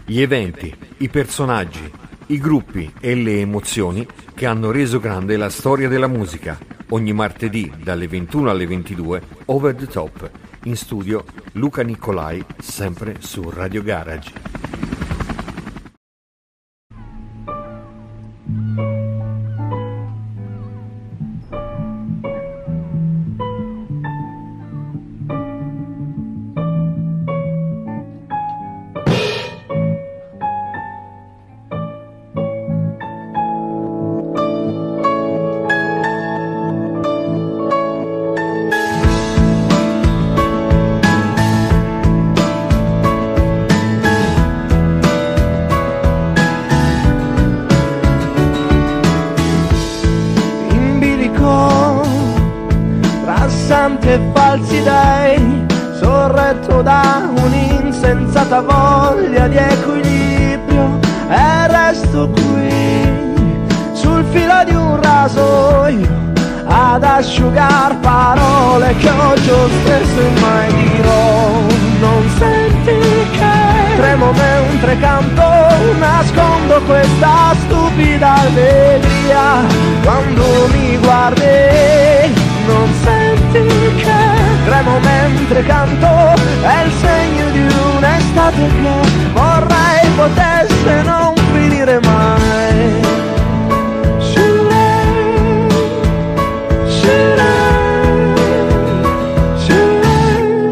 Gli eventi, i personaggi, i gruppi e le emozioni che hanno reso grande la storia della musica. Ogni martedì dalle 21 alle 22, Over the Top. In studio Luca Nicolai, sempre su Radio Garage. Falsi dei, sorretto da un'insensata voglia di equilibrio, e resto qui sul filo di un rasoio ad asciugar parole che oggi ho stesso e mai dirò. Non senti che tremo mentre canto, nascondo questa stupida allegria quando mi guardi. Non senti che tremo mentre canto, è il segno di un'estate che vorrei potesse non finire mai. Shirei, shirei, shirei.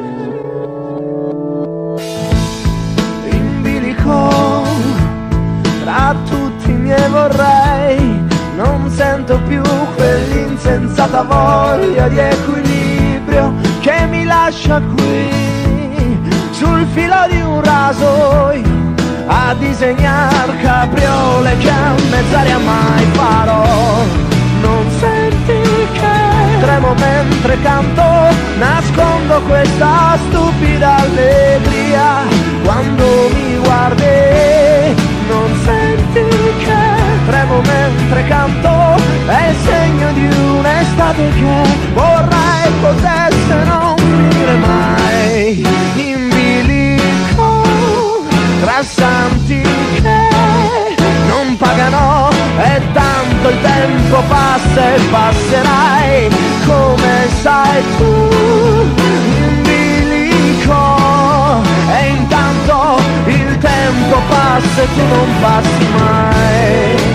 In bilico tra tutti i miei vorrei, non sento più quell'insensata voglia di equilibrio che mi lascia qui sul filo di un rasoio a disegnar capriole che a mezz'aria mai farò. Non senti che tremo mentre canto, nascondo questa stupida allegria quando mi guardi. Non senti che tremo mentre canto, è il segno di un'estate che vorrei potesse non finire mai. In bilico tra santi che non pagano, e tanto il tempo passa e passerai, come sai tu. In bilico, e intanto il tempo passa e tu non passi mai.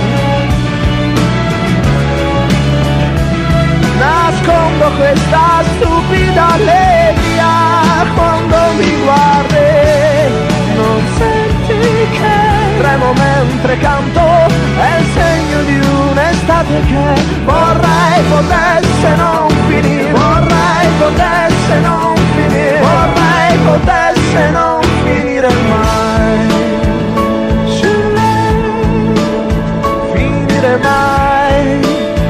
Nascondo questa stupida allegria quando mi guardi. Non senti che tremo mentre canto, è il segno di un'estate che vorrei potesse non finire. Vorrei potesse non finire. Vorrei potesse non finire mai. Finire mai.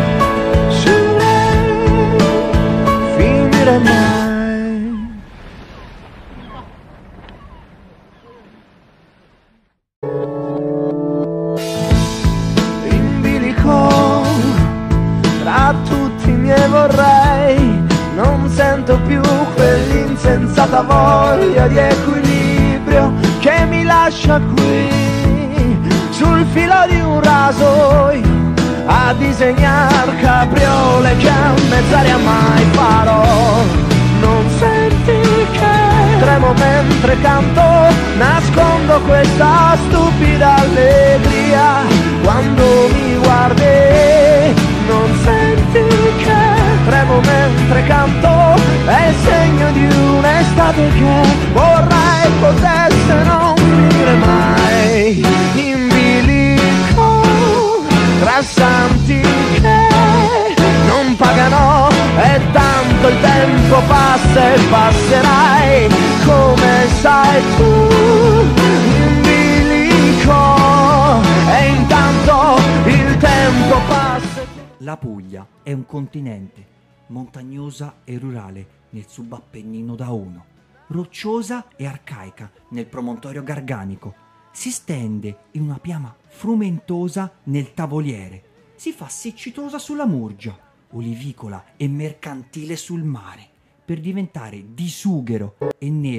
In bilico tra tutti i miei vorrei, non sento più quell'insensata voglia di equilibrio che mi lascia qui sul filo di un rasoio a disegnar capriole che a mezz'aria mai farò. Non senti che tremo mentre canto, nascondo questa stupida allegria quando mi guardi. Non senti che tremo mentre canto, è il segno di un'estate che vorrei potesse non finire mai. In bilico tra santi che non pagano, e tanto il tempo passa e passerai, come sai tu. In bilico, e intanto il tempo passa. La Puglia è un continente, montagnosa e rurale nel subappennino d'Auno, rocciosa e arcaica nel promontorio garganico, si stende in una piana frumentosa nel Tavoliere, si fa siccitosa sulla Murgia, olivicola e mercantile sul mare, per diventare di sughero e neve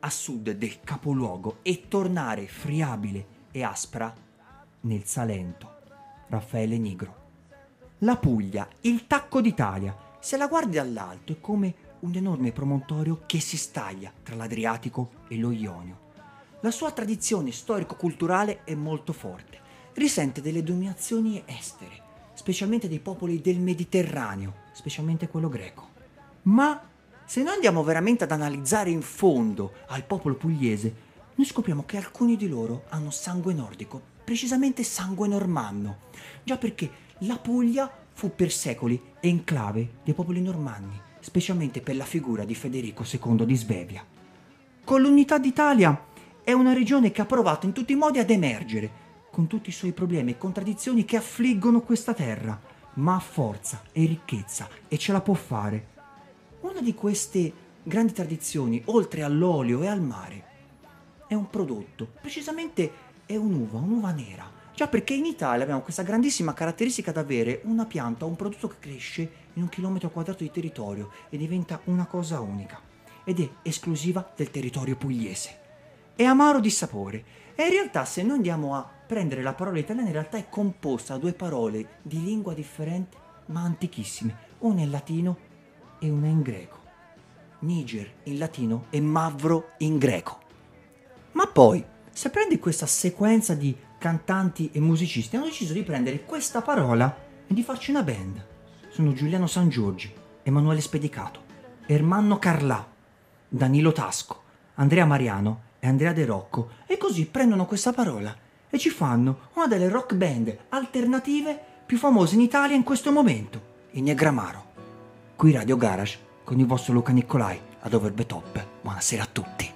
a sud del capoluogo e tornare friabile e aspra nel Salento. Raffaele Nigro. La Puglia, il tacco d'Italia, se la guardi dall'alto è come un enorme promontorio che si staglia tra l'Adriatico e lo Ionio. La sua tradizione storico-culturale è molto forte, risente delle dominazioni estere, specialmente dei popoli del Mediterraneo, specialmente quello greco. Ma se noi andiamo veramente ad analizzare in fondo al popolo pugliese, noi scopriamo che alcuni di loro hanno sangue nordico, precisamente sangue normanno, già perché la Puglia fu per secoli enclave dei popoli normanni, specialmente per la figura di Federico II di Svevia. Con l'unità d'Italia è una regione che ha provato in tutti i modi ad emergere, con tutti i suoi problemi e contraddizioni che affliggono questa terra, ma ha forza e ricchezza e ce la può fare. Una di queste grandi tradizioni, oltre all'olio e al mare, è un prodotto, precisamente è un'uva nera, già perché in Italia abbiamo questa grandissima caratteristica di avere una pianta, un prodotto che cresce in 1 chilometro quadrato di territorio e diventa una cosa unica, ed è esclusiva del territorio pugliese. È amaro di sapore e in realtà se noi andiamo a prendere la parola italiana in realtà è composta da 2 parole di lingua differente ma antichissime, una in latino e una in greco. Niger in latino e Mavro in greco. Ma poi, se prendi questa sequenza di cantanti e musicisti, hanno deciso di prendere questa parola e di farci una band. Sono Giuliano Sangiorgi, Emanuele Spedicato, Ermanno Carlà, Danilo Tasco, Andrea Mariano e Andrea De Rocco, e così prendono questa parola e ci fanno una delle rock band alternative più famose in Italia in questo momento, i Negramaro. Qui Radio Garage con il vostro Luca Nicolai ad Over the Top. Buonasera a tutti.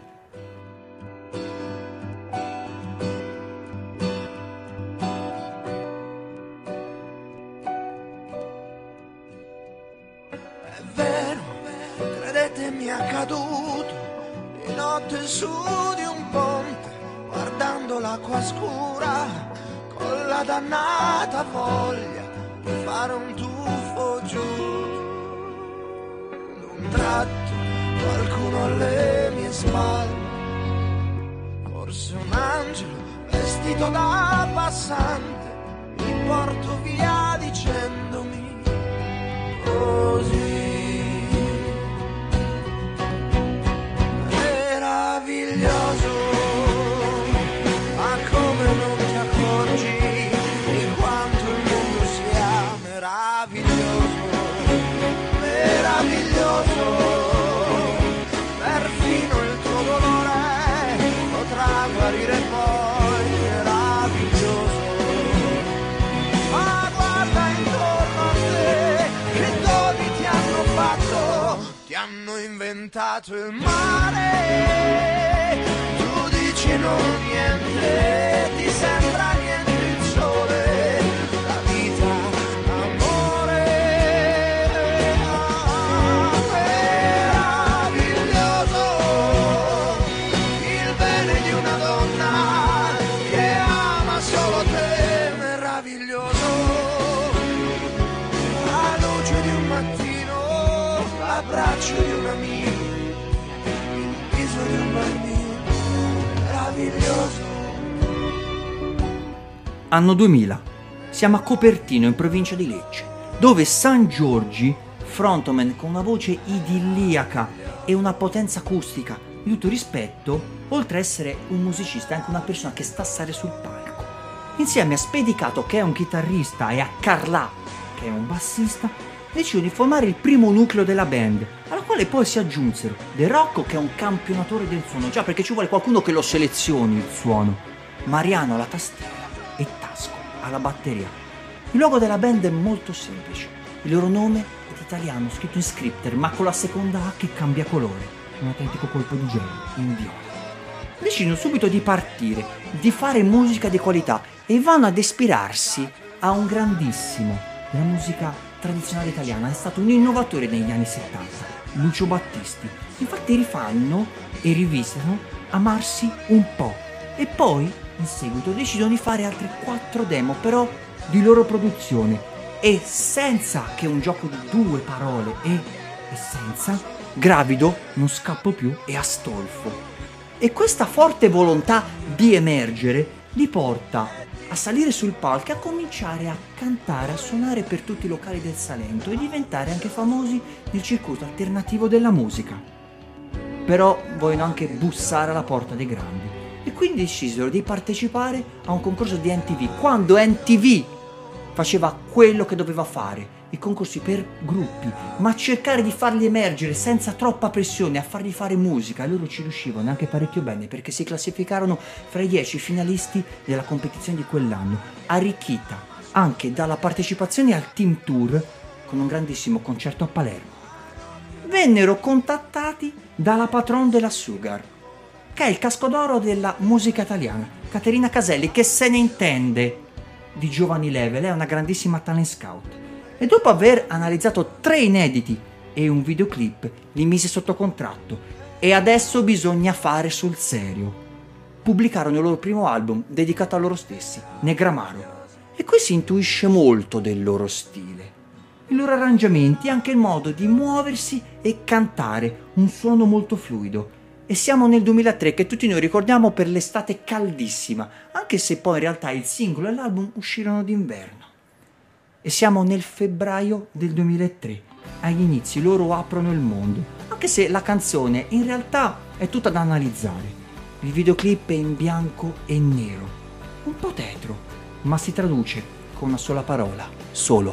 È vero, credetemi è accaduto di notte su di un ponte, guardando l'acqua scura, con la dannata voglia di fare un tuffo giù. D'un tratto qualcuno alle mie spalle, forse un angelo vestito da passante, mi porto via dicendomi così. Meraviglioso, ma come non ti accorgi di quanto il mondo sia meraviglioso, meraviglioso, perfino il tuo dolore potrà guarire poi, meraviglioso. Ma guarda intorno a te, che doni ti hanno fatto, ti hanno inventato il mare. Tu dici non niente, ti sembra niente il sole, la vita, l'amore. Meraviglioso, il bene di una donna che ama solo te, meraviglioso. La luce di un mattino, l'abbraccio di un amico, il viso di un bambino, meraviglioso. Anno 2000. Siamo a Copertino, in provincia di Lecce, dove Sangiorgi, frontman con una voce idilliaca e una potenza acustica di tutto rispetto, oltre a essere un musicista è anche una persona che sta a stare sul palco. Insieme a Spedicato, che è un chitarrista, e a Carlà, che è un bassista, decidono di formare il primo nucleo della band, alla quale poi si aggiunsero De Rocco, che è un campionatore del suono, già perché ci vuole qualcuno che lo selezioni il suono, Mariano alla tastiera e Tasco alla batteria. Il logo della band è molto semplice, il loro nome è italiano scritto in scripter ma con la seconda A che cambia colore, un autentico colpo di genio in viola. Decidono subito di partire, di fare musica di qualità e vanno ad ispirarsi a un grandissimo della musica tradizionale italiana, è stato un innovatore negli anni 70, Lucio Battisti. Infatti rifanno e rivisitano Amarsi un po' e poi in seguito decidono di fare altre 4 demo, però di loro produzione, e senza che un gioco di 2 parole e senza Gravido, Non scappo più e Astolfo. E questa forte volontà di emergere li porta a salire sul palco e a cominciare a cantare, a suonare per tutti i locali del Salento e diventare anche famosi nel circuito alternativo della musica. Però vogliono anche bussare alla porta dei grandi e quindi decisero di partecipare a un concorso di NTV, quando NTV faceva quello che doveva fare, i concorsi per gruppi, ma cercare di farli emergere senza troppa pressione, a fargli fare musica, e loro ci riuscivano anche parecchio bene perché si classificarono fra i 10 finalisti della competizione di quell'anno, arricchita anche dalla partecipazione al team tour con un grandissimo concerto a Palermo. Vennero contattati dalla patron della Sugar, che è il casco d'oro della musica italiana, Caterina Caselli, che se ne intende di giovani leve, lei è una grandissima talent scout. E dopo aver analizzato 3 inediti e un videoclip, li mise sotto contratto e adesso bisogna fare sul serio. Pubblicarono il loro primo album dedicato a loro stessi, Negramaro, e qui si intuisce molto del loro stile, i loro arrangiamenti e anche il modo di muoversi e cantare, un suono molto fluido. E siamo nel 2003 che tutti noi ricordiamo per l'estate caldissima, anche se poi in realtà il singolo e l'album uscirono d'inverno. E siamo nel febbraio del 2003, agli inizi loro aprono il mondo, anche se la canzone in realtà è tutta da analizzare. Il videoclip è in bianco e nero, un po' tetro, ma si traduce con una sola parola, solo.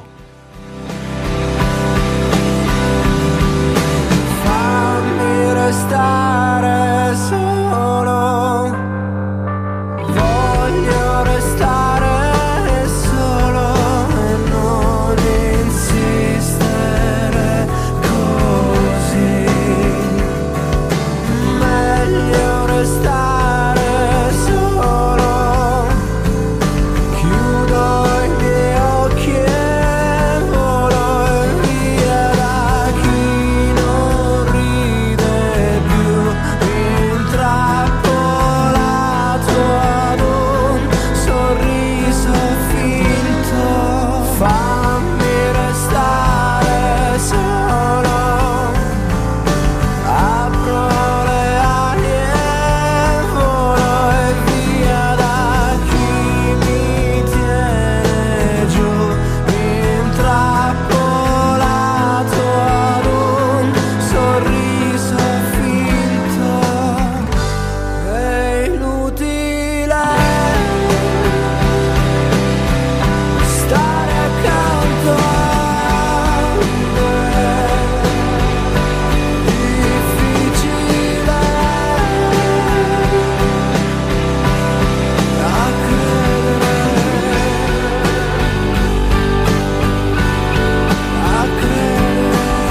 Fammi restare solo, voglio restare solo e non insistere così, meglio restare solo, chiudo i miei occhi e volo via da chi non ride più, intrappolato ad un sorriso finto. Fammi restare solo, apro le ali e volo e via da chi mi tiene giù, intrappolato ad un sorriso finto. È inutile stare accanto a me, difficile a credere, a credere.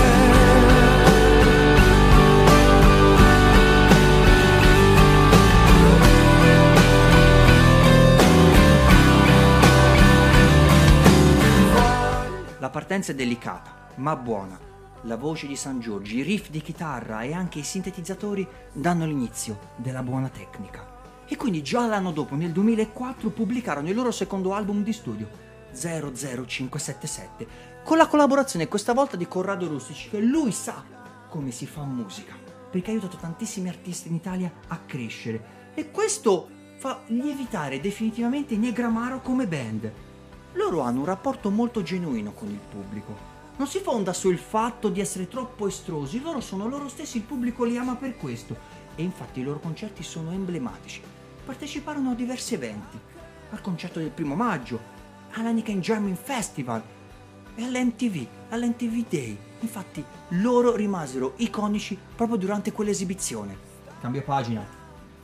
La partenza è delicata, ma buona. La voce di San Giorgi, i riff di chitarra e anche i sintetizzatori danno l'inizio della buona tecnica. E quindi già l'anno dopo, nel 2004, pubblicarono il loro secondo album di studio, 00577, con la collaborazione questa volta di Corrado Rustici, che lui sa come si fa musica, perché ha aiutato tantissimi artisti in Italia a crescere. E questo fa lievitare definitivamente i Negramaro come band. Loro hanno un rapporto molto genuino con il pubblico. Non si fonda sul fatto di essere troppo estrosi, loro sono loro stessi, il pubblico li ama per questo. E infatti i loro concerti sono emblematici. Parteciparono a diversi eventi, al concerto del 1° maggio, all'Heineken Jamming Festival e all'MTV Day. Infatti loro rimasero iconici proprio durante quell'esibizione. Cambio pagina.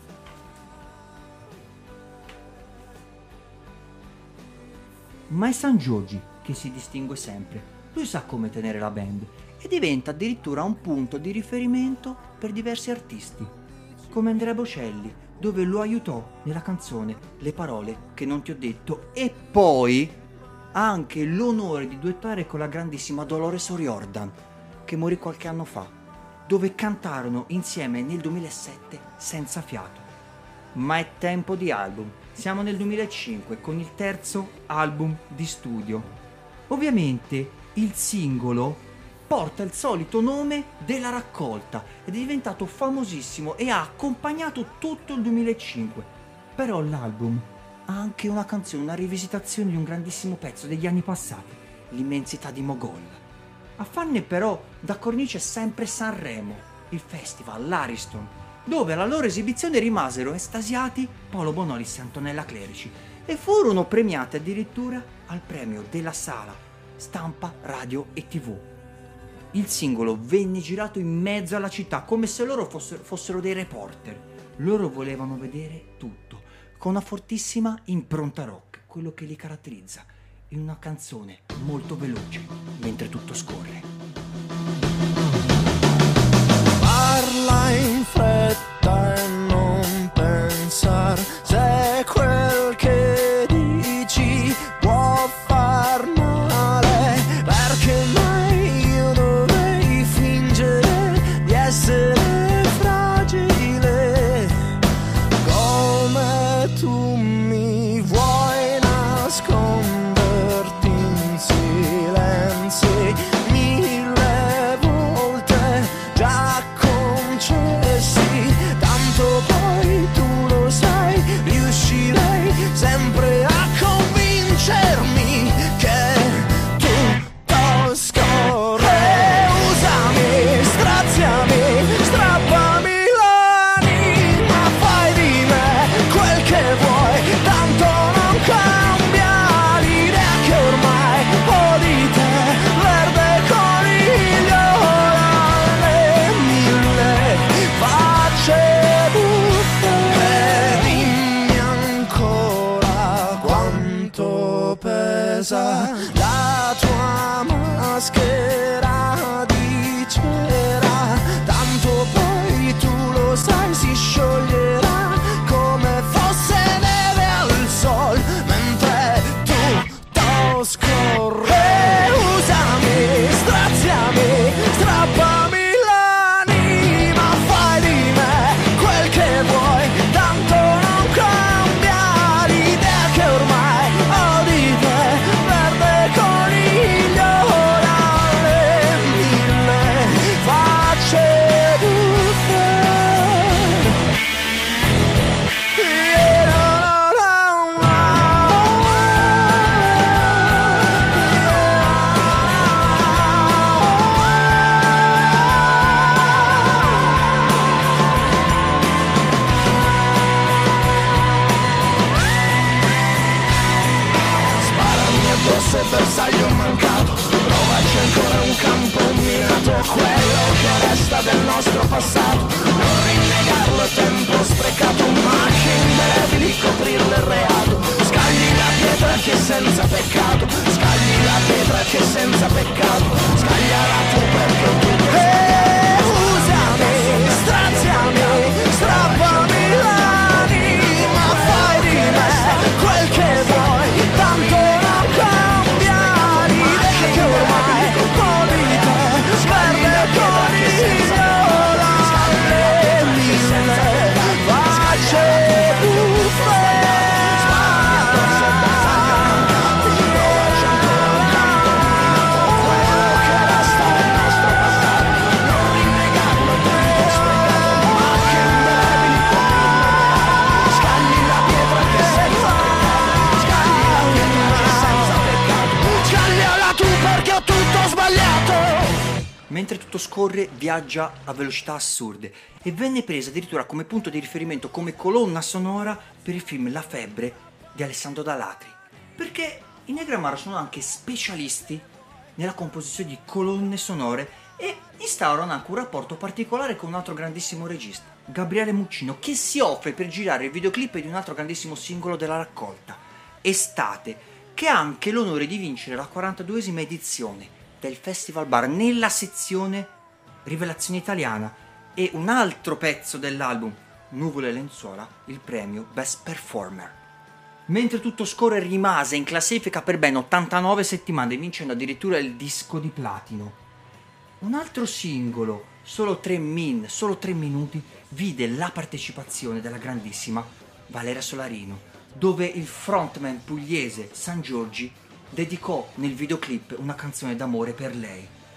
Ma è San Giorgi che si distingue sempre. Lui sa come tenere la band e diventa addirittura un punto di riferimento per diversi artisti, come Andrea Bocelli, dove lo aiutò nella canzone Le parole che non ti ho detto, e poi ha anche l'onore di duettare con la grandissima Dolores O'Riordan, che morì qualche anno fa, dove cantarono insieme nel 2007 Senza fiato. Ma è tempo di album. Siamo nel 2005 con il terzo album di studio. Ovviamente il singolo porta il solito nome della raccolta ed è diventato famosissimo e ha accompagnato tutto il 2005. Però l'album ha anche una canzone, una rivisitazione di un grandissimo pezzo degli anni passati, L'immensità di Mogol. A farne però da cornice sempre Sanremo, il festival, l'Ariston, dove alla loro esibizione rimasero estasiati Paolo Bonolis e Antonella Clerici e furono premiati addirittura al premio della Sala Stampa, Radio e TV. Il singolo venne girato in mezzo alla città come se loro fossero dei reporter. Loro volevano vedere tutto, con una fortissima impronta rock, quello che li caratterizza, in una canzone molto veloce, mentre tutto scorre. Parla in fretta e non pensar se quel che dici può far male, perché mai io dovrei fingere di essere fragile come tu mi vuoi nasconderti in silenzi mille volte già concessi, tanto poi tu lo sai, riuscirei sempre a convincermi che tutto scorre. Usami, straziami, strappami l'anima, fai di me quel che vuoi, tanto non cambia l'idea che ormai ho di te, verde coniglio dalle mille facce buffe. Dimmi ancora quanto pesa la tua maschera di cera, tanto poi tu lo sai si scioglierà come fosse neve al sol, mentre tutto scorre. Usami, straziami, strappami l'anima, fai di me quel che vuoi, tanto non cambia l'idea che ormai ho di te, verde coniglio dalle mille facce buffe. Sparami addosso e bersaglio mancato, provaci ancora un campo minato, quello che resta del nostro passato, non rinnegarlo è tempo sprecato, macchie indelebili coprirlo è reato, scagli la pietra che senza peccato, scagli la pietra che senza peccato, scagliala tu perché tu usami, straziami, strappami l'anima, fai di me quel che vuoi, tanto non cambia l'idea che ormai ho di te, verde coniglio dalle mille facce buffe. Scagliala tu perché ho tutto sbagliato. Mentre tutto scorre viaggia a velocità assurde e venne presa addirittura come punto di riferimento, come colonna sonora per il film La febbre di Alessandro Dalatri, perché i Negramaro sono anche specialisti nella composizione di colonne sonore e instaurano anche un rapporto particolare con un altro grandissimo regista, Gabriele Muccino, che si offre per girare il videoclip di un altro grandissimo singolo della raccolta, Estate, che ha anche l'onore di vincere la 42esima edizione del Festival Bar nella sezione Rivelazione Italiana, e un altro pezzo dell'album, Nuvole e lenzuola, il premio Best Performer. Mentre tutto scorre rimase in classifica per ben 89 settimane, vincendo addirittura il disco di platino. Un altro singolo, solo 3 minuti, vide la partecipazione della grandissima Valeria Solarino, dove il frontman pugliese San Giorgi dedicò nel videoclip una canzone d'amore per lei.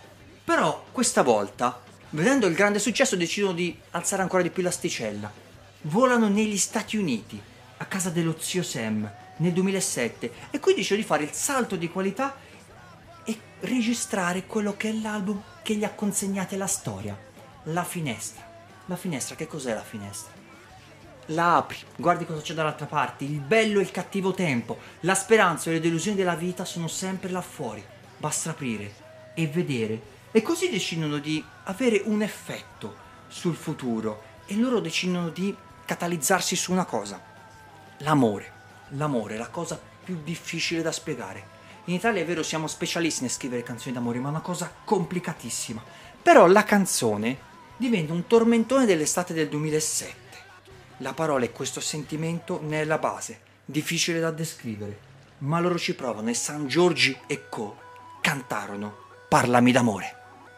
Però questa volta, vedendo il grande successo, decidono di alzare ancora di più l'asticella. Volano negli Stati Uniti, a casa dello zio Sam, nel 2007, e qui decidono di fare il salto di qualità e registrare quello che è l'album che gli ha consegnato la storia. La finestra. La finestra, che cos'è la finestra? La apri, guardi cosa c'è dall'altra parte, il bello e il cattivo tempo, la speranza e le delusioni della vita sono sempre là fuori. Basta aprire e vedere. E così decidono di avere un effetto sul futuro e loro decidono di catalizzarsi su una cosa. L'amore. L'amore è la cosa più difficile da spiegare. In Italia è vero, siamo specialisti nel scrivere canzoni d'amore, ma è una cosa complicatissima. Però la canzone diventa un tormentone dell'estate del 2007. La parola e questo sentimento ne è la base, difficile da descrivere, ma loro ci provano e San Giorgi e Co. cantarono Parlami d'amore.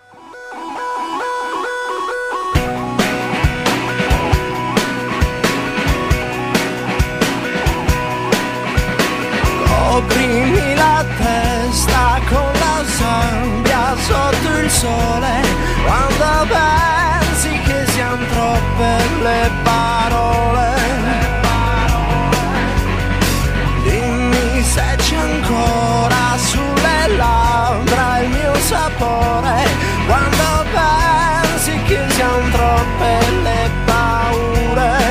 Coprimi la testa con la sabbia sotto il sole, quando pensi che siano troppe le parole. Dimmi se c'è ancora sulle labbra il mio sapore, quando pensi che siano troppe le paure.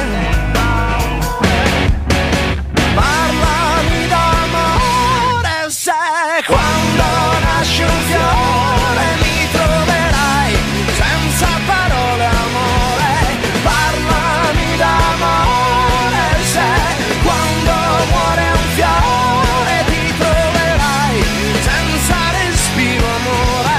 Quando nasce un fiore mi troverai senza parole amore, parlami d'amore, se quando muore un fiore ti troverai senza respiro amore.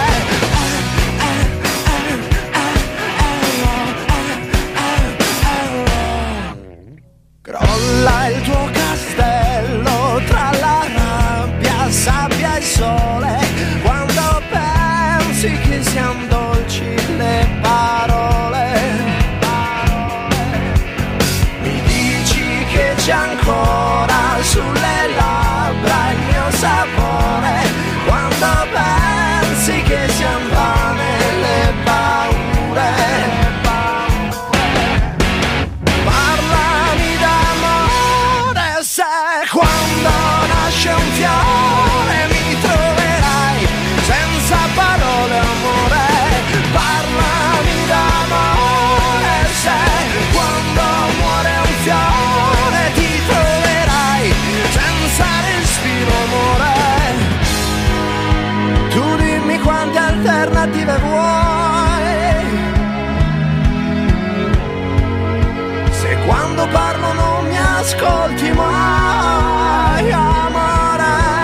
Crolla il tuo castello tra la rabbia, sabbia e sole, quando pensi che siano dolci le parole. Mi dici che c'è ancora sulle labbra il mio sapore, quando pensi che siano vane le paure. Parlami d'amore, se quando nasce un fiore mi troverai senza parole amore, parlami d'amore, se quando muore un fiore ti troverai senza respiro amore. Tu dimmi quante alternative vuoi, se quando parlo non mi ascolti mai amore.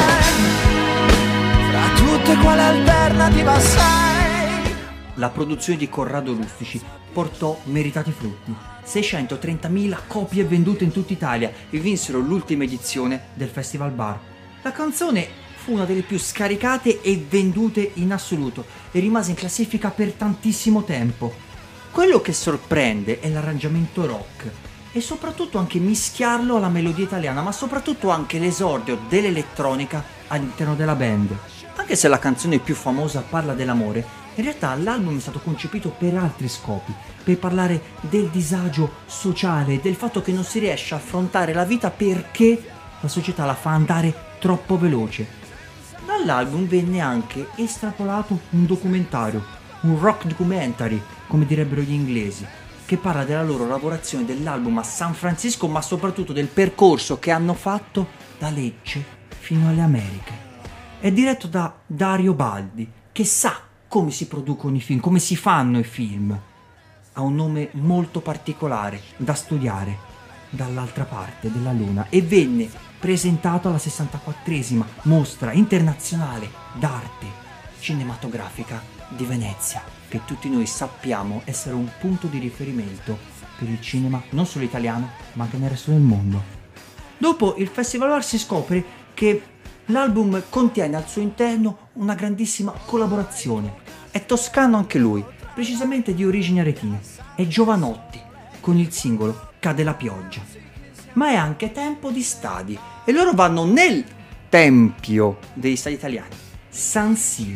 Quale alternativa sei? La produzione di Corrado Rustici portò meritati frutti. 630.000 copie vendute in tutta Italia e vinsero l'ultima edizione del Festival Bar. La canzone fu una delle più scaricate e vendute in assoluto e rimase in classifica per tantissimo tempo. Quello che sorprende è l'arrangiamento rock e soprattutto anche mischiarlo alla melodia italiana, ma soprattutto anche l'esordio dell'elettronica all'interno della band. Anche se la canzone più famosa parla dell'amore, in realtà l'album è stato concepito per altri scopi, per parlare del disagio sociale, del fatto che non si riesce a affrontare la vita perché la società la fa andare troppo veloce. Dall'album venne anche estrapolato un documentario, un rock documentary, come direbbero gli inglesi, che parla della loro lavorazione dell'album a San Francisco, ma soprattutto del percorso che hanno fatto da Lecce fino alle Americhe. È diretto da Dario Baldi, che sa come si producono i film, come si fanno i film. Ha un nome molto particolare da studiare dall'altra parte della luna e venne presentato alla 64esima Mostra Internazionale d'Arte Cinematografica di Venezia, che tutti noi sappiamo essere un punto di riferimento per il cinema non solo italiano, ma anche nel resto del mondo. Dopo il Festival Bar si scopre che l'album contiene al suo interno una grandissima collaborazione. È toscano anche lui, precisamente di origini aretine. È Giovanotti, con il singolo Cade la pioggia. Ma è anche tempo di stadi e loro vanno nel tempio degli stadi italiani, San Siro,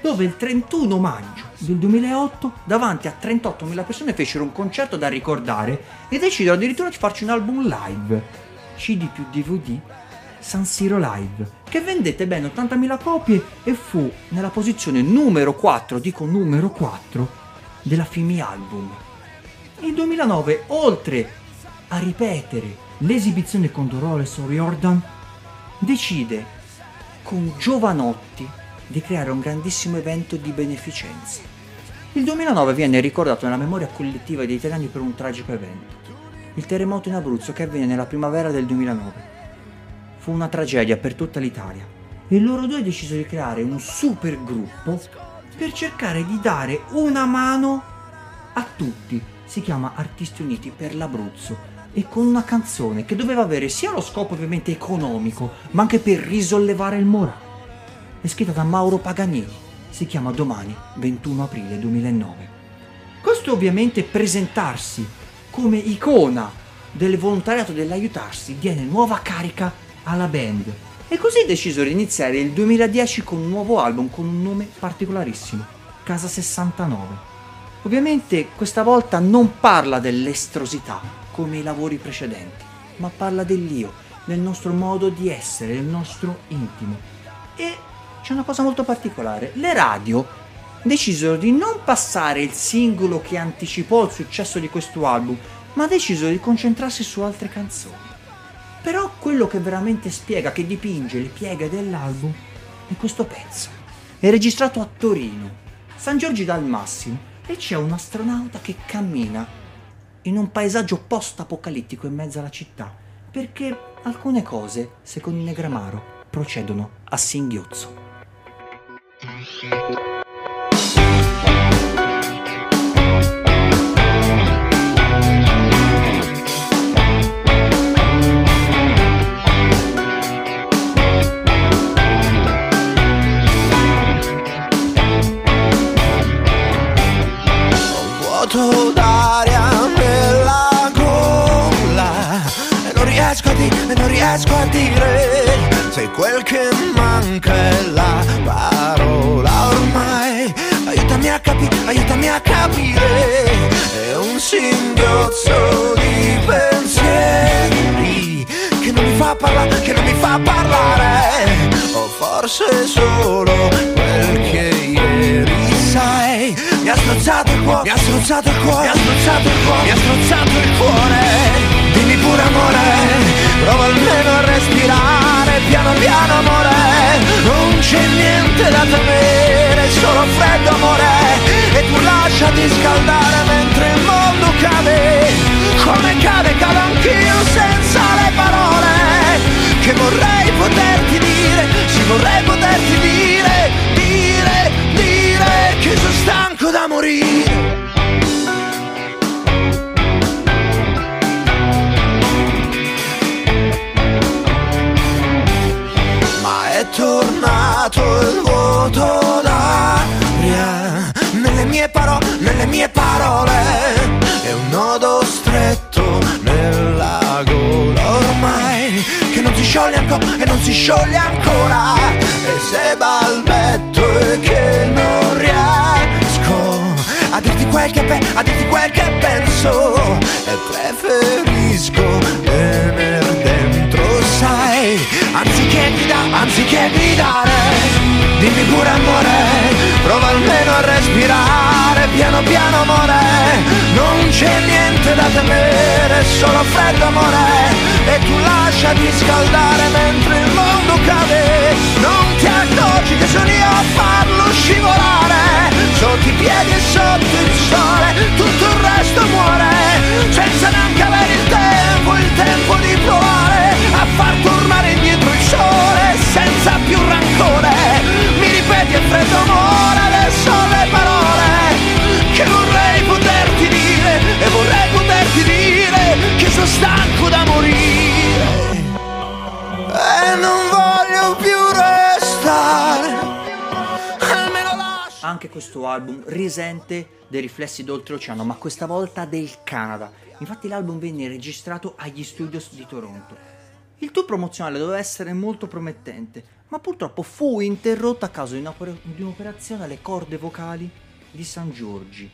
dove il 31 maggio del 2008 davanti a 38.000 persone fecero un concerto da ricordare e decisero addirittura di farci un album live, CD più DVD, San Siro Live, che vendette ben 80.000 copie e fu nella posizione numero 4, dico numero 4, della FIMI Album. Nel 2009, oltre a ripetere l'esibizione con Dolores O'Riordan, decide con Giovanotti di creare un grandissimo evento di beneficenza. Il 2009 viene ricordato nella memoria collettiva degli italiani per un tragico evento, il terremoto in Abruzzo che avvenne nella primavera del 2009. Fu una tragedia per tutta l'Italia e loro due decisero di creare un super gruppo per cercare di dare una mano a tutti. Si chiama Artisti Uniti per l'Abruzzo e con una canzone che doveva avere sia lo scopo ovviamente economico ma anche per risollevare il morale. È scritta da Mauro Paganini, si chiama Domani, 21 aprile 2009. Questo ovviamente presentarsi come icona del volontariato dell'aiutarsi diede nuova carica alla band e così decisero di iniziare il 2010 con un nuovo album con un nome particolarissimo, Casa 69. Ovviamente questa volta non parla dell'estrosità come i lavori precedenti, ma parla dell'io, del nostro modo di essere, del nostro intimo. E c'è una cosa molto particolare, le radio decisero di non passare il singolo che anticipò il successo di questo album, ma decisero di concentrarsi su altre canzoni. Però quello che veramente spiega, che dipinge le pieghe dell'album è questo pezzo. È registrato a Torino, San Giorgi dal Massimo, e c'è un astronauta che cammina in un paesaggio post-apocalittico in mezzo alla città, perché alcune cose, secondo il Negramaro, procedono a singhiozzo. D'aria nella gola e non riesco a dire se quel che manca è la parola ormai. Aiutami a capire, è un singhiozzo di pensieri che non mi fa parlare, o forse solo quel che ieri sai. Mi ha strozzato il cuore, dimmi pure amore, prova almeno a respirare, piano piano amore, non c'è niente da temere, solo freddo amore, e tu lasciati scaldare mentre il mondo cade, come cado anch'io senza le parole, che vorrei poterti dire, sì vorrei poterti dire che sono stanco da morire. Ma è tornato il vuoto d'aria nelle mie parole, è un nodo stretto nella gola ormai, che non si scioglie ancora, e se balbetto e che non riesco a dirti quel che penso, e preferisco tener dentro, sai, anziché gridare, dimmi pure amore, prova almeno a respirare, piano piano amore, non c'è niente da temere, solo freddo amore, e tu lasciati scaldare mentre il mondo cade, non ti accorgi che sono io a farlo scivolare, sotto i piedi e sotto il sole, tutto il resto muore, senza neanche avere il tempo di provare a far tornare indietro il sole, senza più rancore, mi ripeti il freddo amore, adesso le parole, che vorrei poterti dire, e vorrei poterti dire, che sono stanco da morire, e non voglio più restare. Anche questo album risente dei riflessi d'oltreoceano, ma questa volta del Canada. Infatti l'album venne registrato agli Studios di Toronto. Il tour promozionale doveva essere molto promettente, ma purtroppo fu interrotto a causa di un'operazione alle corde vocali di San Giorgi.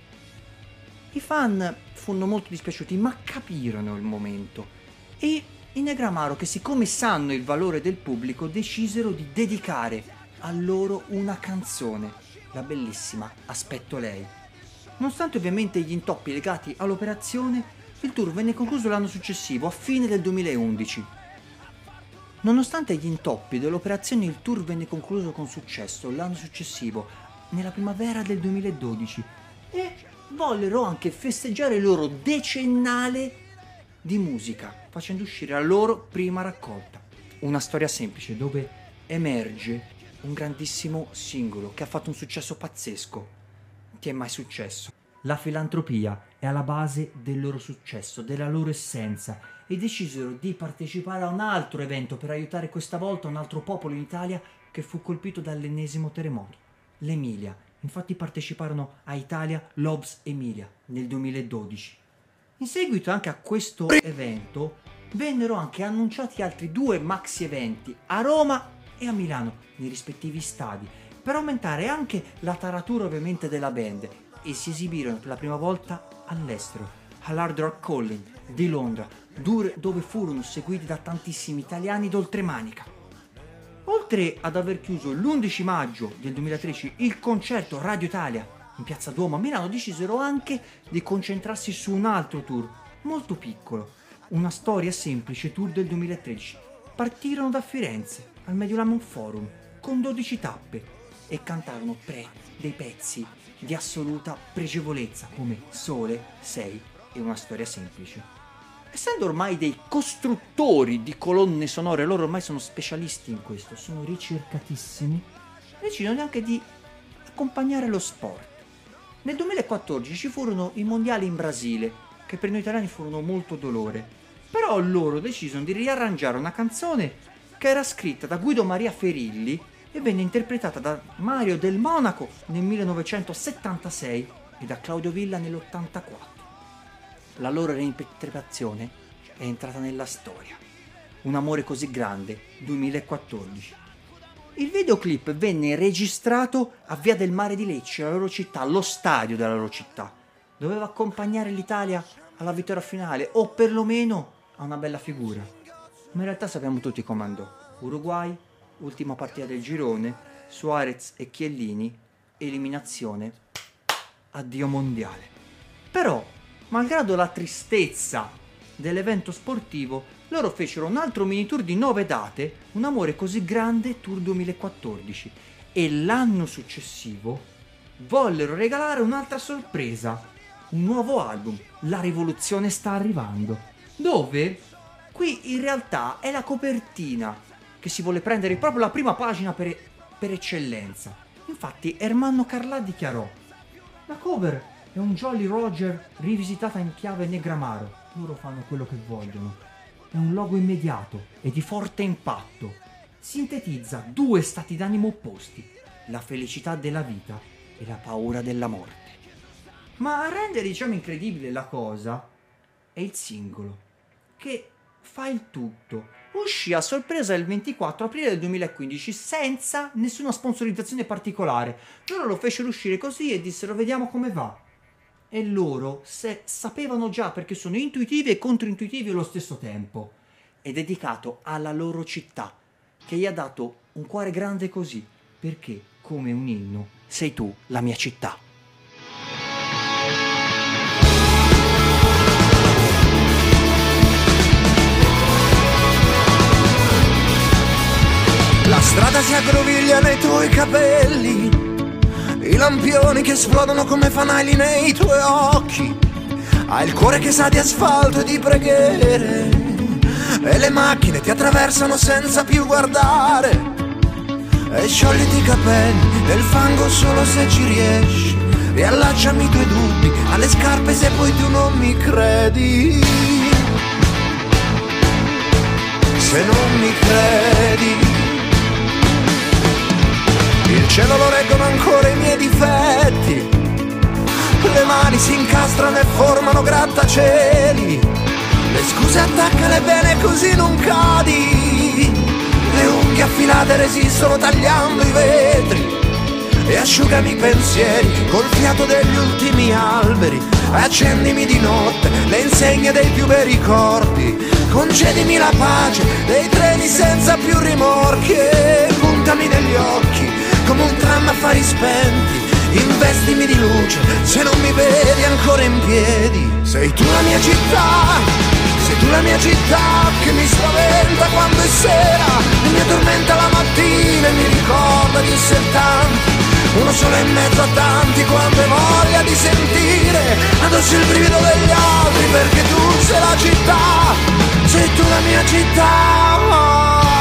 I fan furono molto dispiaciuti, ma capirono il momento e i Negramaro, che siccome sanno il valore del pubblico, decisero di dedicare a loro una canzone, la bellissima Aspetto lei. Nonostante ovviamente gli intoppi legati all'operazione, il tour venne concluso l'anno successivo, a fine del 2011. Nonostante gli intoppi dell'operazione, il tour venne concluso con successo l'anno successivo, nella primavera del 2012, e vollero anche festeggiare il loro decennale di musica, facendo uscire la loro prima raccolta. Una storia semplice dove emerge un grandissimo singolo che ha fatto un successo pazzesco. Ti è mai successo? La filantropia è alla base del loro successo, della loro essenza, e decisero di partecipare a un altro evento per aiutare questa volta un altro popolo in Italia che fu colpito dall'ennesimo terremoto, l'Emilia. Infatti parteciparono a Italia Lobs Emilia nel 2012. In seguito anche a questo evento vennero anche annunciati altri 2 maxi eventi a Roma e a Milano nei rispettivi stadi, per aumentare anche la taratura ovviamente della band, e si esibirono per la prima volta all'estero, all'Hard Rock Calling di Londra, dove furono seguiti da tantissimi italiani d'oltremanica. Oltre ad aver chiuso l'11 maggio del 2013 il concerto Radio Italia in Piazza Duomo a Milano, decisero anche di concentrarsi su un altro tour molto piccolo, una storia semplice tour del 2013. Partirono da Firenze al Mediolanum Forum con 12 tappe e cantarono dei pezzi di assoluta pregevolezza come Sole, Sei e Una storia semplice. Essendo ormai dei costruttori di colonne sonore, loro ormai sono specialisti in questo, sono ricercatissimi, decidono anche di accompagnare lo sport. Nel 2014 ci furono i mondiali in Brasile, che per noi italiani furono molto dolore, però loro decisero di riarrangiare una canzone che era scritta da Guido Maria Ferilli e venne interpretata da Mario Del Monaco nel 1976 e da Claudio Villa nell'84. La loro reinterpretazione è entrata nella storia. Un amore così grande, 2014. Il videoclip venne registrato a Via del Mare di Lecce, la loro città, allo stadio della loro città. Doveva accompagnare l'Italia alla vittoria finale, o perlomeno a una bella figura. Ma in realtà sappiamo tutti come andò. Uruguay, ultima partita del girone, Suarez e Chiellini, eliminazione, addio mondiale. Però, malgrado la tristezza dell'evento sportivo, loro fecero un altro mini tour di 9 date, Un amore così grande tour 2014, e l'anno successivo vollero regalare un'altra sorpresa, un nuovo album, La rivoluzione sta arrivando, dove qui in realtà è la copertina che si vuole prendere proprio la prima pagina per eccellenza. Infatti Ermanno Carlà dichiarò: la cover è un Jolly Roger rivisitata in chiave Negramaro, loro fanno quello che vogliono. È un logo immediato e di forte impatto. Sintetizza 2 stati d'animo opposti, la felicità della vita e la paura della morte. Ma a rendere, incredibile la cosa è il singolo, che fa il tutto. Uscì a sorpresa il 24 aprile del 2015 senza nessuna sponsorizzazione particolare. Loro lo fecero uscire così e dissero: vediamo come va. E loro sapevano già, perché sono intuitivi e controintuitivi allo stesso tempo. È dedicato alla loro città, che gli ha dato un cuore grande così, perché, come un inno, sei tu la mia città. La strada si aggroviglia nei tuoi capelli, i lampioni che esplodono come fanali nei tuoi occhi. Hai il cuore che sa di asfalto e di preghiere, e le macchine ti attraversano senza più guardare. E sciogliti i capelli nel fango solo se ci riesci. Riallacciami i tuoi dubbi alle scarpe se poi tu non mi credi. Se non mi credi, il cielo lo reggono ancora i miei difetti, le mani si incastrano e formano grattacieli, le scuse attaccale bene così non cadi. giornate resistono tagliando i vetri. E asciugami i pensieri col fiato degli ultimi alberi. Accendimi di notte le insegne dei più bei ricordi. Concedimi la pace dei treni senza più rimorchi. E puntami negli occhi come un tram a fari spenti. Investimi di luce se non mi vedi ancora in piedi. Sei tu la mia città, sei tu la mia città che mi spaventa quando è sera e mi addormenta la mattina e mi ricorda di essere tanti. Uno solo in mezzo a tanti, quando hai voglia di sentire addosso il brivido degli altri, perché tu sei la città, sei tu la mia città.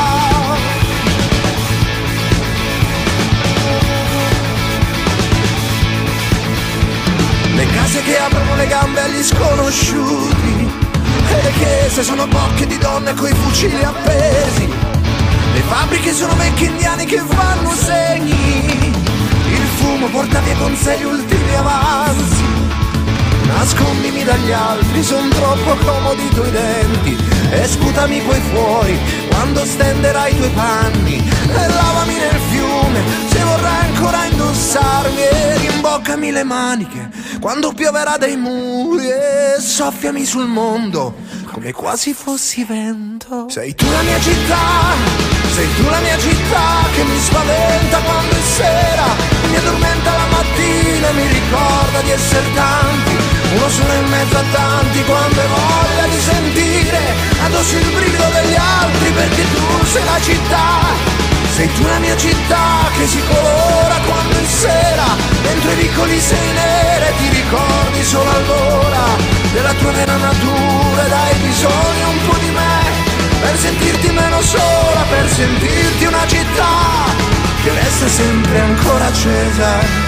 Le case che aprono le gambe agli sconosciuti e le chiese sono bocche di donne coi fucili appesi. Le fabbriche sono vecchi indiani che fanno segni. Il fumo porta via con sé gli ultimi avanzi. Nascondimi dagli altri, son troppo comodi i tuoi denti. E sputami poi fuori quando stenderai i tuoi panni. E lavami nel fiume se vorrai ancora indossarmi. E rimboccami le maniche quando pioverà dai muri. E soffiami sul mondo come quasi fossi vento. Sei tu la mia città, sei tu la mia città che mi spaventa quando è sera, mi addormenta la mattina e mi ricorda di essere tanti. Uno solo in mezzo a tanti, quando hai voglia di sentire addosso il brivido degli altri, perché tu sei la città. Sei tu la mia città che si colora quando è sera, dentro i vicoli sei nera e ti ricordi solo allora della tua vera natura ed hai bisogno un po' di me per sentirti meno sola, per sentirti una città che resta sempre ancora accesa.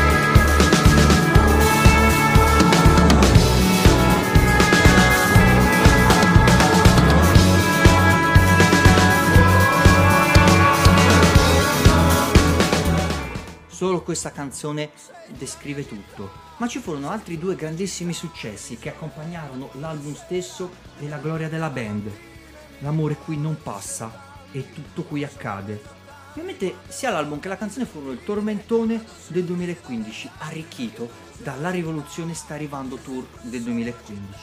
Solo questa canzone descrive tutto, ma ci furono altri due grandissimi successi che accompagnarono l'album stesso e la gloria della band. L'amore qui non passa e tutto qui accade. Ovviamente sia l'album che la canzone furono il tormentone del 2015, arricchito dalla rivoluzione sta arrivando tour del 2015.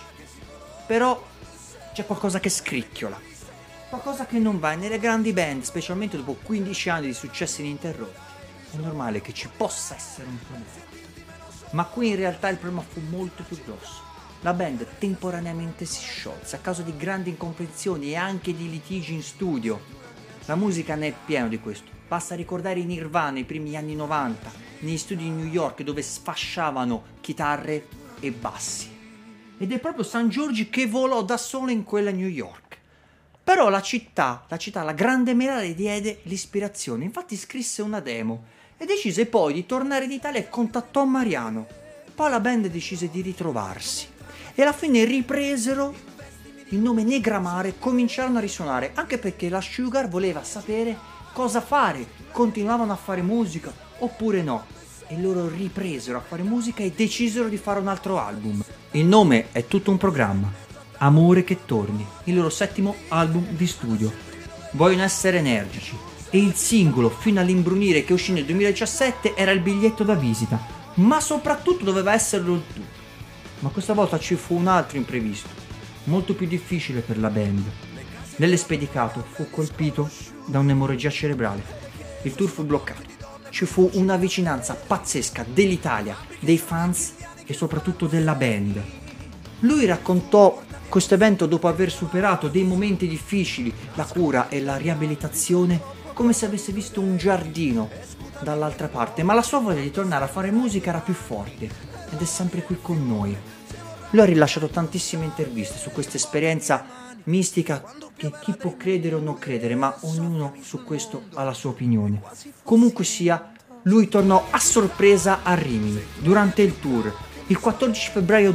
Però c'è qualcosa che scricchiola, qualcosa che non va, e nelle grandi band, specialmente dopo 15 anni di successi ininterrotti, è normale che ci possa essere un problema. Ma qui in realtà il problema fu molto più grosso. La band temporaneamente si sciolse a causa di grandi incomprensioni e anche di litigi in studio. La musica ne è piena di questo. Basta ricordare i Nirvana, i primi anni 90, negli studi di New York dove sfasciavano chitarre e bassi. Ed è proprio San Giorgi che volò da solo in quella New York. Però la città, la grande mela le diede l'ispirazione, infatti scrisse una demo e decise poi di tornare in Italia e contattò Mariano. Poi la band decise di ritrovarsi e alla fine ripresero il nome Negramare, cominciarono a risuonare, anche perché la Sugar voleva sapere cosa fare, continuavano a fare musica oppure no, e loro ripresero a fare musica e decisero di fare un altro album. Il nome è tutto un programma, Amore che torni, il loro 7° album di studio. Vogliono essere energici e il singolo Fino all'imbrunire che uscì nel 2017 era il biglietto da visita, ma soprattutto doveva esserlo il tour. Ma questa volta ci fu un altro imprevisto, molto più difficile per la band. Nell'Espedicato fu colpito da un'emorragia cerebrale, il tour fu bloccato, ci fu una vicinanza pazzesca dell'Italia, dei fans e soprattutto della band. Lui raccontò questo evento dopo aver superato dei momenti difficili, la cura e la riabilitazione, come se avesse visto un giardino dall'altra parte, ma la sua voglia di tornare a fare musica era più forte ed è sempre qui con noi. Lui ha rilasciato tantissime interviste su questa esperienza mistica che chi può credere o non credere, ma ognuno su questo ha la sua opinione. Comunque sia, lui tornò a sorpresa a Rimini durante il tour il 14 febbraio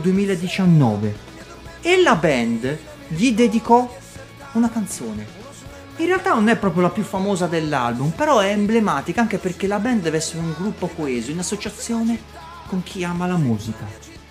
2019 e la band gli dedicò una canzone. In realtà non è proprio la più famosa dell'album, però è emblematica anche perché la band deve essere un gruppo coeso, in associazione con chi ama la musica.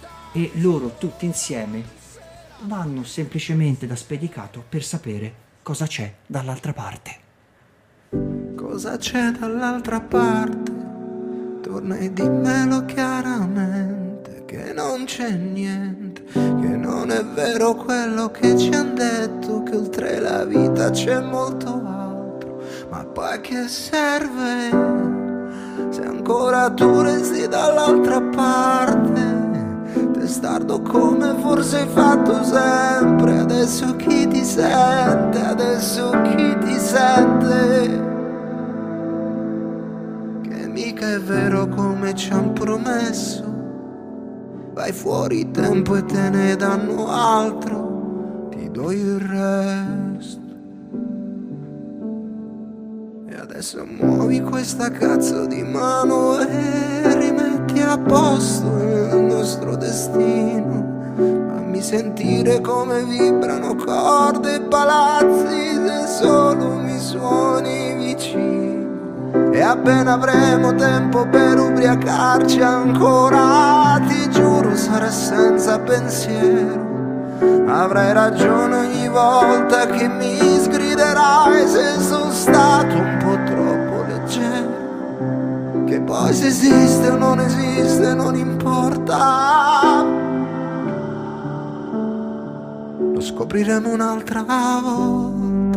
E loro tutti insieme vanno semplicemente da Spedicato per sapere cosa c'è dall'altra parte. Cosa c'è dall'altra parte? Torna e dimmelo chiaramente, che non c'è niente, che non è vero quello che ci han detto, che oltre la vita c'è molto altro. Ma poi che serve se ancora tu resti dall'altra parte? Testardo come forse hai fatto sempre. Adesso chi ti sente? Adesso chi ti sente? Che mica è vero come ci han promesso. Vai fuori tempo e te ne danno altro. Ti do il resto. E adesso muovi questa cazzo di mano e rimetti a posto il nostro destino. Fammi sentire come vibrano corde e palazzi, se solo mi suoni vicino. E appena avremo tempo per ubriacarci ancora, ti giuro sarà senza pensiero. Avrai ragione ogni volta che mi sgriderai se sono stato un po' troppo leggero. Che poi se esiste o non esiste non importa, lo scopriremo un'altra volta.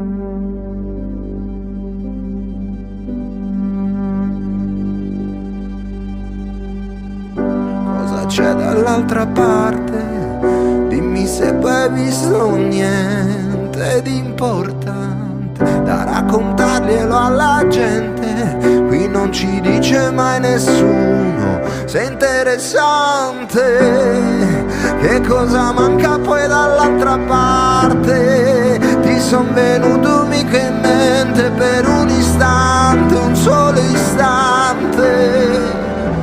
Cosa c'è dall'altra parte? Dimmi se poi hai visto niente di importante da raccontarglielo alla gente. Qui non ci dice mai nessuno se è interessante. Che cosa manca poi dall'altra parte? Ti son venuto mica in mente per un istante, un solo istante.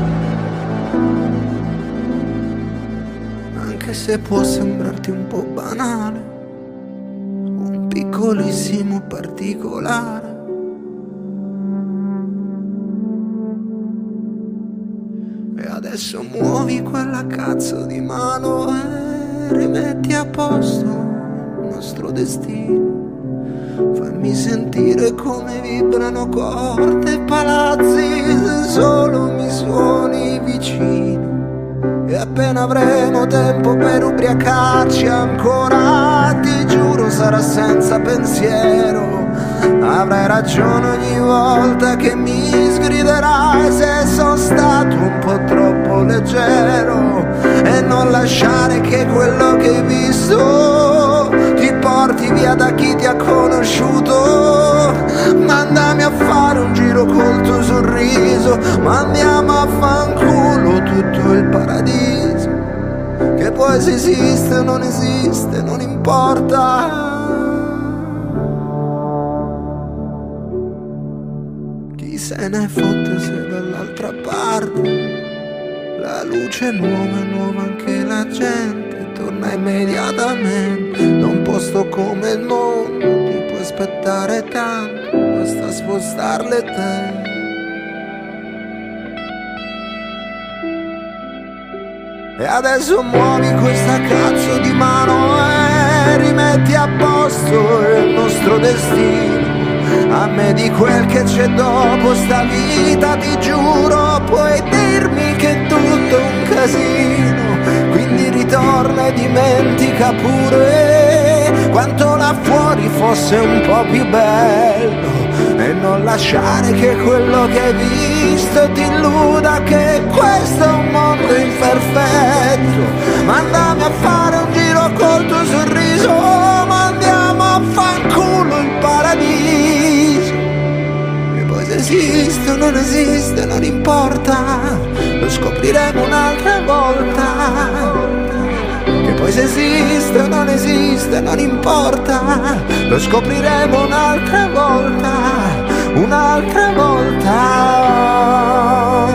Anche se può sembrarti un po' banale, un piccolissimo particolare. E adesso muovi quella cazzo di mano e rimetti a posto il nostro destino. Fammi sentire come vibrano corde e palazzi, se solo mi suoni vicino. E appena avremo tempo per ubriacarci ancora, ti giuro sarà senza pensiero. Avrai ragione ogni volta che mi sgriderai se sono stato un po' troppo leggero. E non lasciare che quello che hai visto ti porti via da chi ti ha conosciuto. Mandami a fare un giro col tuo sorriso, ma andiamo a fanculo tutto il paradiso. Che poi se esiste o non esiste non importa. Chi se ne fotte se dall'altra parte la luce è nuova anche la gente torna immediatamente. Da un posto come il mondo ti puoi aspettare tanto, basta spostare le te. E adesso muovi questa cazzo di mano e rimetti a posto il nostro destino. A me di quel che c'è dopo sta vita ti giuro, puoi dirmi che è tutto un casino. Quindi ritorna e dimentica pure quanto là fuori fosse un po' più bello. E non lasciare che quello che hai visto ti illuda che questo è un mondo imperfetto. Ma andami a fare un giro col tuo sorriso, ma andiamo a fanculo il paradiso. E poi se esiste o non esiste non importa, lo scopriremo un'altra volta. Che poi se esiste o non esiste non importa, lo scopriremo un'altra volta, un'altra volta.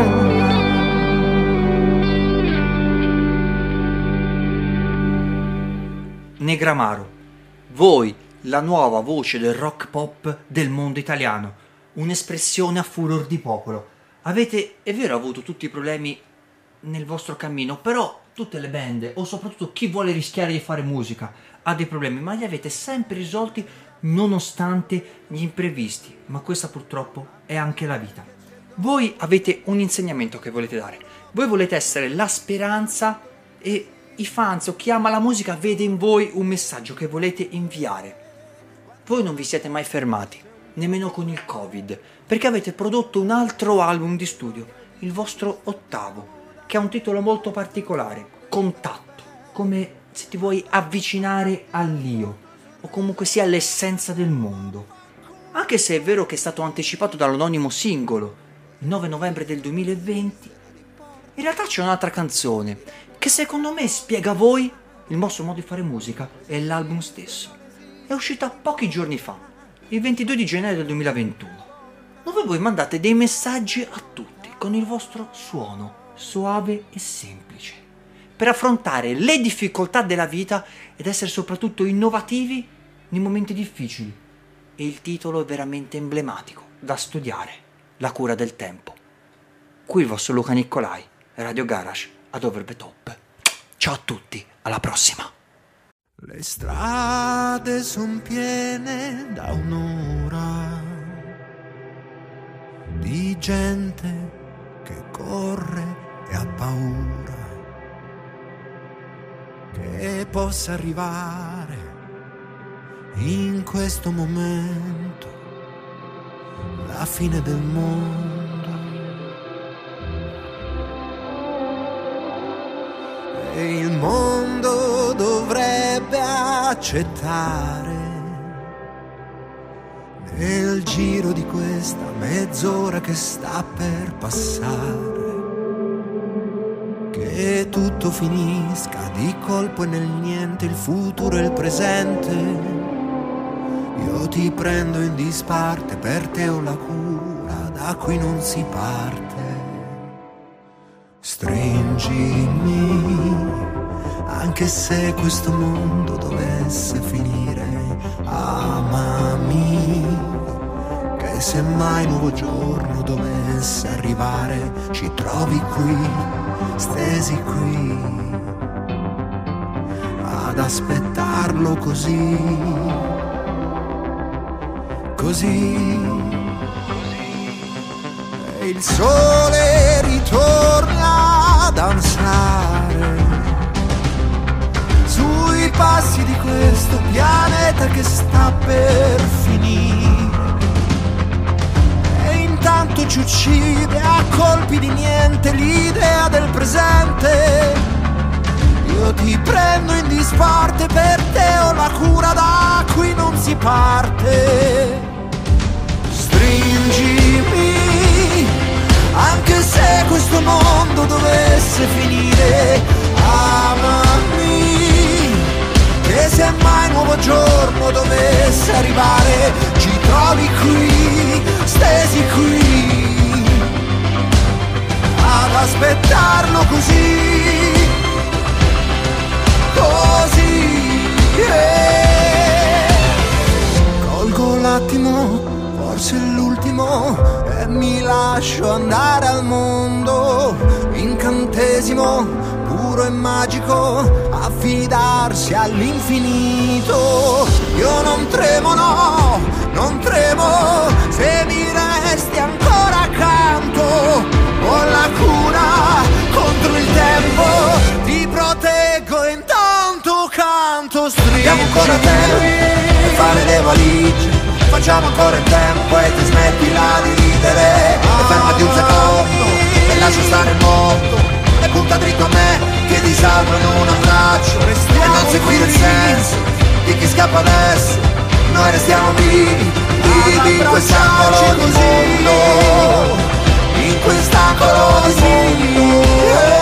Negramaro, voi, la nuova voce del rock pop del mondo italiano, un'espressione a furor di popolo. Avete, è vero, avuto tutti i problemi nel vostro cammino, però tutte le band o soprattutto chi vuole rischiare di fare musica ha dei problemi, ma li avete sempre risolti nonostante gli imprevisti, ma questa purtroppo è anche la vita. Voi avete un insegnamento che volete dare, voi volete essere la speranza e i fans o chi ama la musica vede in voi un messaggio che volete inviare. Voi non vi siete mai fermati, nemmeno con il Covid, perché avete prodotto un altro album di studio, il vostro 8º, che ha un titolo molto particolare, Contatto, come se ti vuoi avvicinare all'io, o comunque sia l'essenza del mondo. Anche se è vero che è stato anticipato dall'anonimo singolo, il 9 novembre del 2020, in realtà c'è un'altra canzone che secondo me spiega a voi il vostro modo di fare musica e l'album stesso. È uscita pochi giorni fa, il 22 di gennaio del 2021, dove voi mandate dei messaggi a tutti con il vostro suono suave e semplice, per affrontare le difficoltà della vita ed essere soprattutto innovativi nei momenti difficili. E il titolo è veramente emblematico, da studiare, La cura del tempo. Qui il vostro Luca Nicolai, Radio Garage ad Over the Top. Ciao a tutti, alla prossima! Le strade son piene da un'ora di gente che corre e ha paura che possa arrivare in questo momento la fine del mondo. E il mondo dovrebbe accettare nel giro di questa mezz'ora che sta per passare che tutto finisca di colpo e nel niente, il futuro e il presente. Io ti prendo in disparte, per te ho la cura, da qui non si parte. Stringimi, anche se questo mondo dovesse finire. Amami, che se mai nuovo giorno dovesse arrivare, ci trovi qui, stesi qui, ad aspettarlo così. Così e il sole ritorna a danzare sui passi di questo pianeta che sta per finire, e intanto ci uccide a colpi di niente l'idea del presente. Io ti prendo in disparte, per te ho la cura, da qui non si parte. Stringimi, anche se questo mondo dovesse finire. Amami, che se mai nuovo giorno dovesse arrivare, ci trovi qui, stesi qui, ad aspettarlo così, Colgo l'attimo, forse l'ultimo, e mi lascio andare al mondo. Incantesimo, puro e magico, affidarsi all'infinito. Io non tremo, no, non tremo, se mi resti ancora accanto. Ho la cura contro il tempo, ti proteggo e intanto canto. Abbiamo ancora tempo per fare le valigie, facciamo ancora in tempo e ti smettila di ridere. E fermati un secondo e lascia stare il mondo, e punta dritto a me che ti salvo in un abbraccio. E non seguire il senso di chi scappa adesso, noi restiamo vivi, vivi in quest'angolo di mondo, in quest'angolo di mondo.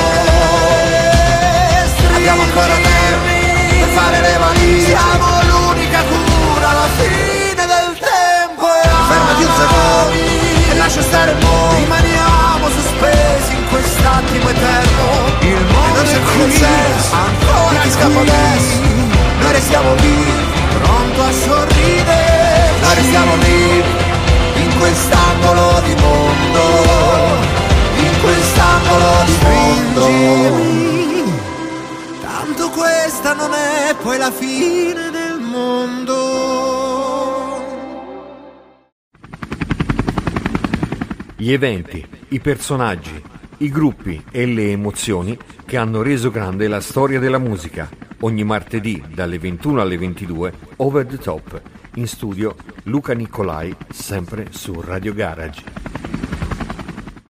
Abbiamo ancora tempo per fare le valigie, siamo l'unica cura alla fine del tempo. Fermati un secondo e lascia stare il mondo, rimaniamo sospesi in quest'attimo eterno. Il mondo non c'è più senso ancora, chi scappa adesso, noi restiamo vivi, pronto a sorridere. Noi restiamo vivi in quest'angolo di mondo, in quest'angolo di mondo. Tanto questa non è poi la fine del mondo. Gli eventi, i personaggi, i gruppi e le emozioni che hanno reso grande la storia della musica. Ogni martedì dalle 21 alle 22, Over the Top. In studio Luca Nicolai, sempre su Radio Garage.